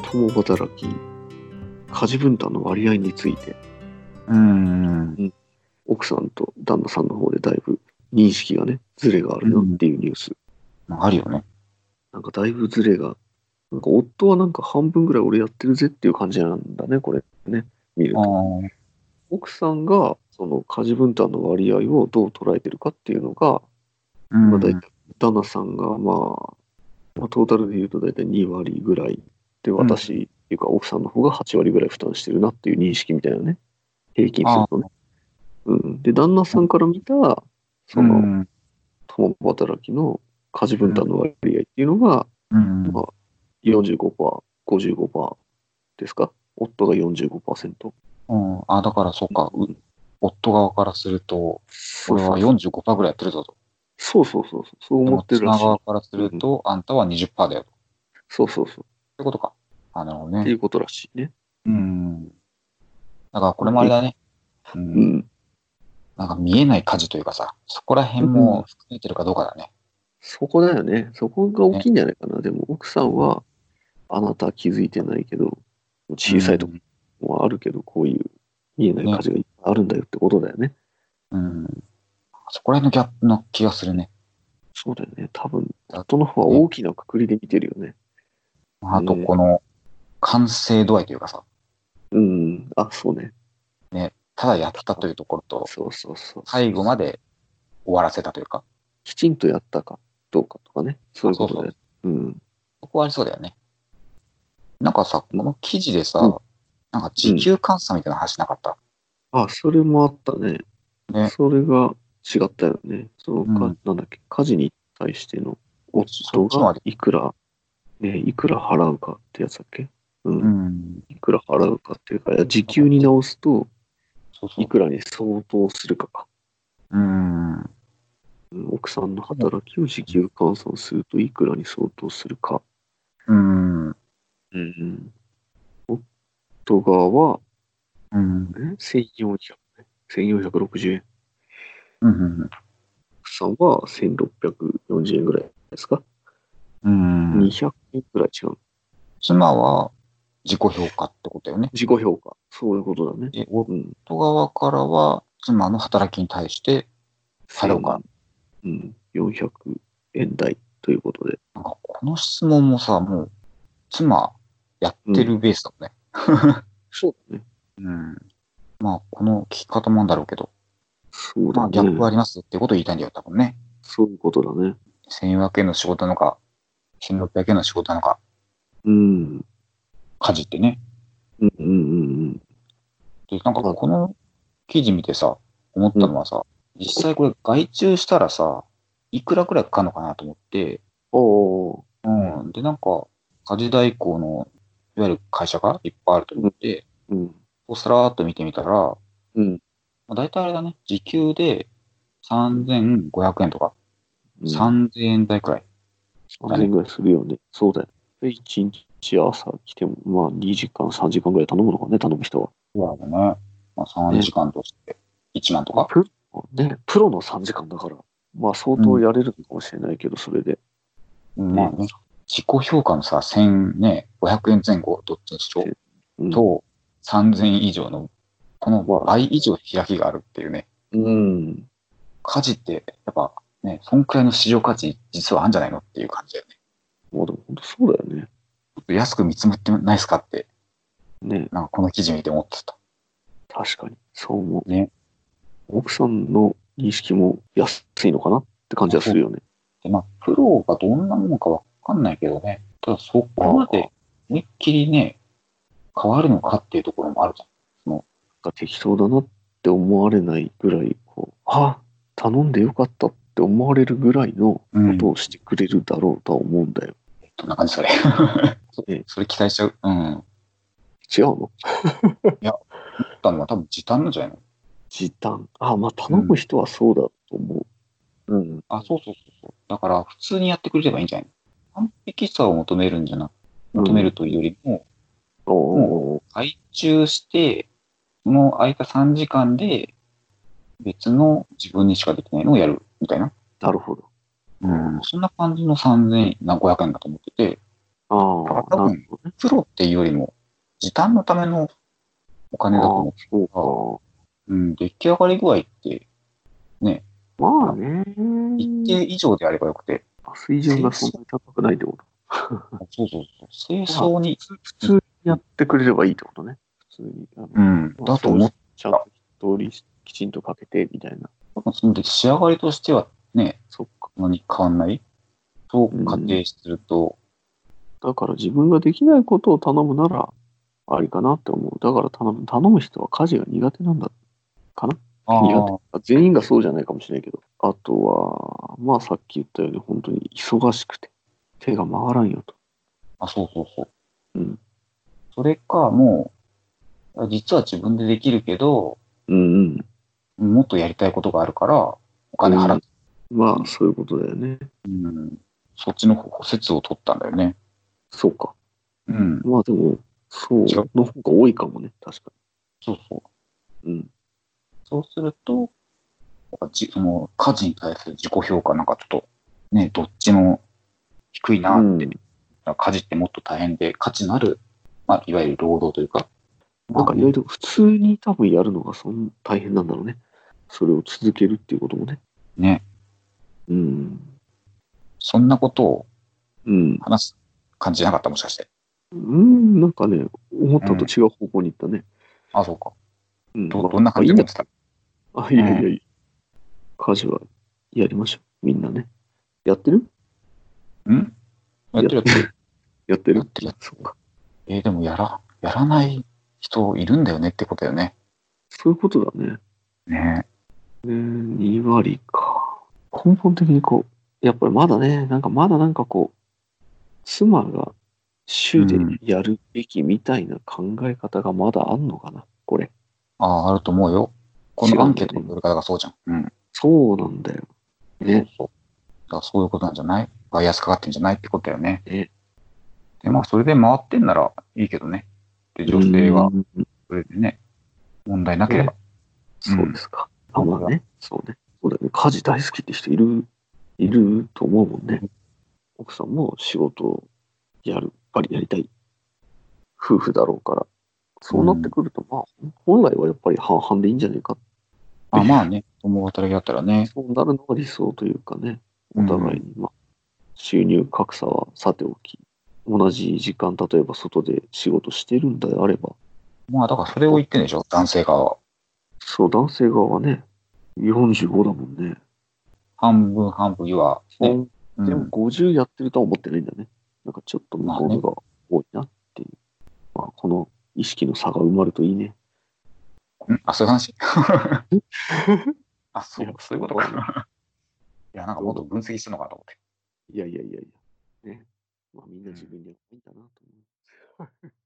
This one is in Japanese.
共働き、家事分担の割合について、奥さんと旦那さんの方でだいぶ認識がね、ズレがあるなっていうニュース。 あるよね。 なんかだいぶズレが、なんか夫はなんか半分ぐらい俺やってるぜっていう感じなんだね、これね、見ると。奥さんがその家事分担の割合をどう捉えてるかっていうのが、まあ大体旦那さんがまあトータルで言うと大体2割ぐらいで、私っていうか奥さんの方が8割ぐらい負担してるなっていう認識みたいなね、平均するとね。で、旦那さんから見た、その、共働きの家事分担の割合っていうのが、まあ、45%、55%ですか？夫が 45%。 だからそうか、夫側からすると、俺は 45% ぐらいやってるぞと。 そう思ってるらしい。 妻側からすると、あんたは 20% だよと。 そう。 ってことか。なるほどね。 っていうことらしいね。 だからこれもあれだね。なんか見えない家事というかさ、そこら辺も含めてるかどうかだね。 そこだよね。そこが大きいんじゃないかな。でも奥さんは、あなたは気づいてないけど、小さいとこもあるけど、こういう見えない家事がいっぱいあるんだよってことだよね。 そこら辺のギャップの気がするね。 そうだよね。多分、夫の方は大きな括りで見てるよね。 あと、この完成度合いというかさ。 そうね。 ただやったというところと、 そう。 最後まで終わらせたというか。 きちんとやったかどうかとかね。そういうことだよ。 そこはありそうだよね。なんかさ、この記事でさ、なんか時給換算みたいな話なかった？ それもあったね。それが違ったよね。なんだっけ、家事に対しての夫がいくら払うかってやつだっけ？いくら払うかっていうか、時給に直すと、いくらに相当するかか。奥さんの働きを時給換算すると、いくらに相当するか。夫側は、1460円。奥さんは1640円ぐらいですか？200円ぐらい違う。 妻は自己評価ってことよね。 自己評価。そういうことだね。 夫側からは妻の働きに対して払うか。 400円台ということで。 なんかこの質問もさ、もう妻やってるベースだもんね。 そうだね。 まあこの聞き方もなんだろうけど。 そうだね。 ギャップありますってことを言いたいんだよ、多分ね。 そういうことだね。 1400円の仕事なのか、1600円の仕事なのか。家事ってね。で、なんかこの記事見てさ、思ったのはさ、実際これ外注したらさ、いくらくらいかかるのかなと思って、で、なんか、家事代行の、いわゆる会社がいっぱいあると思って、さらーっと見てみたら、大体あれだね、時給で3500円とか、3000円台くらい。 3000円ぐらいするよね。そうだよ。1日朝来ても、まあ2時間、3時間ぐらい頼むのかね、頼む人は。 そうだね。まあ3時間として1万とか。 プロの3時間だから、まあ相当やれるのかもしれないけど、それで。 まあね、自己評価のさ、1500円前後どっちにしろ、と3000円以上の、この倍以上開きがあるっていうね。家事って、やっぱね、そんくらいの市場価値、実はあるんじゃないのっていう感じだよね。 でも本当そうだよね。 ちょっと安く見積もってないですかって、なんかこの記事見て思ってた。 確かに、そう思う。奥さんの認識も安いのかなって感じはするよね。 で、まあ、プロがどんなものかわかんないけどね。ただそこまで思いっきりね、変わるのかっていうところもあるじゃん。 適当だなって思われないぐらい、頼んでよかったって思われるぐらいのことをしてくれるだろうとは思うんだよ。 どんな感じそれ。それ期待しちゃう。 違うの？ いや、思ったのは多分時短なんじゃないの？ 時短。まあ頼む人はそうだと思う。 そう。だから普通にやってくれればいいんじゃないの？完璧さを求めるというよりも、もう外注して、その空いた3時間で別の自分にしかできないのをやるみたいな。 なるほど。 そんな感じの3500円だと思ってて、多分プロっていうよりも、時短のためのお金だと思ってそうか。 出来上がり具合って、ね。 まあね。 一定以上であればよくて。 水準がそんなに高くないってこと。 そうそうそう。清掃に、 普通にやってくれればいいってことね。普通に。 だと思っちゃんと一通りきちんとかけて、みたいな。 その時仕上がりとしてはね、 そっか。 何変わんないと仮定すると、 だから自分ができないことを頼むなら、ありかなって思う。だから頼む人は家事が苦手なんだかな。苦手。全員がそうじゃないかもしれないけど。あとは、まあさっき言ったように本当に忙しくて手が回らんよと。 そうそうそう。それか、もう、実は自分でできるけど、もっとやりたいことがあるから、お金払って。 まあ、そういうことだよね。 そっちの説を取ったんだよね。 そうか。まあでも、そうの方が多いかもね、確かに。そうそう。そうすると、その家事に対する自己評価なんかちょっと、ね、どっちも低いなって。家事ってもっと大変で価値のある、まあ、いわゆる労働というか。 なんか意外と普通に多分やるのが大変なんだろうね。それを続けるっていうこともね。 ね。そんなことを話す感じじゃなかった、もしかして。なんかね、思ったと違う方向に行ったね。 そうか。どんな感じで思ってた？ いやいやいや。家事はやりましょう。みんなね。やってる？ やってる。 やってる？ そうか。でもやらない人いるんだよねってことだよね。 そういうことだね。 ね。 2割か。根本的にやっぱりまだ妻が主でやるべきみたいな考え方がまだあんのかな、これ。 あると思うよ。このアンケートの取り方がそうじゃん。 そうなんだよ。ね。 だからそういうことなんじゃない？バイアスかかってんじゃないってことだよね。で、まあ、それで回ってんならいいけどね。で、女性が、それでね、問題なければ。 そうですか。まあね。そうね。そうだよね。家事大好きって人いると思うもんね。奥さんも仕事をやりたい夫婦だろうから。そうなってくると、まあ、本来はやっぱり半々でいいんじゃないか。 まあね、共働きだったらね。 そうなるのが理想というかね。お互いに、収入格差はさておき、同じ時間、例えば外で仕事してるんであれば。 だからそれを言ってんでしょ、男性側は。 そう、男性側はね、45だもんね。 半分は、ね。 でも50やってるとは思ってないんだね。なんかちょっと向こうのが多いなっていう。この意識の差が埋まるといいね。 そういう話そういうことか。いや、なんかもっと分析してるのかと思って。 いや。ね。みんな自分でやっていいんだなと思う。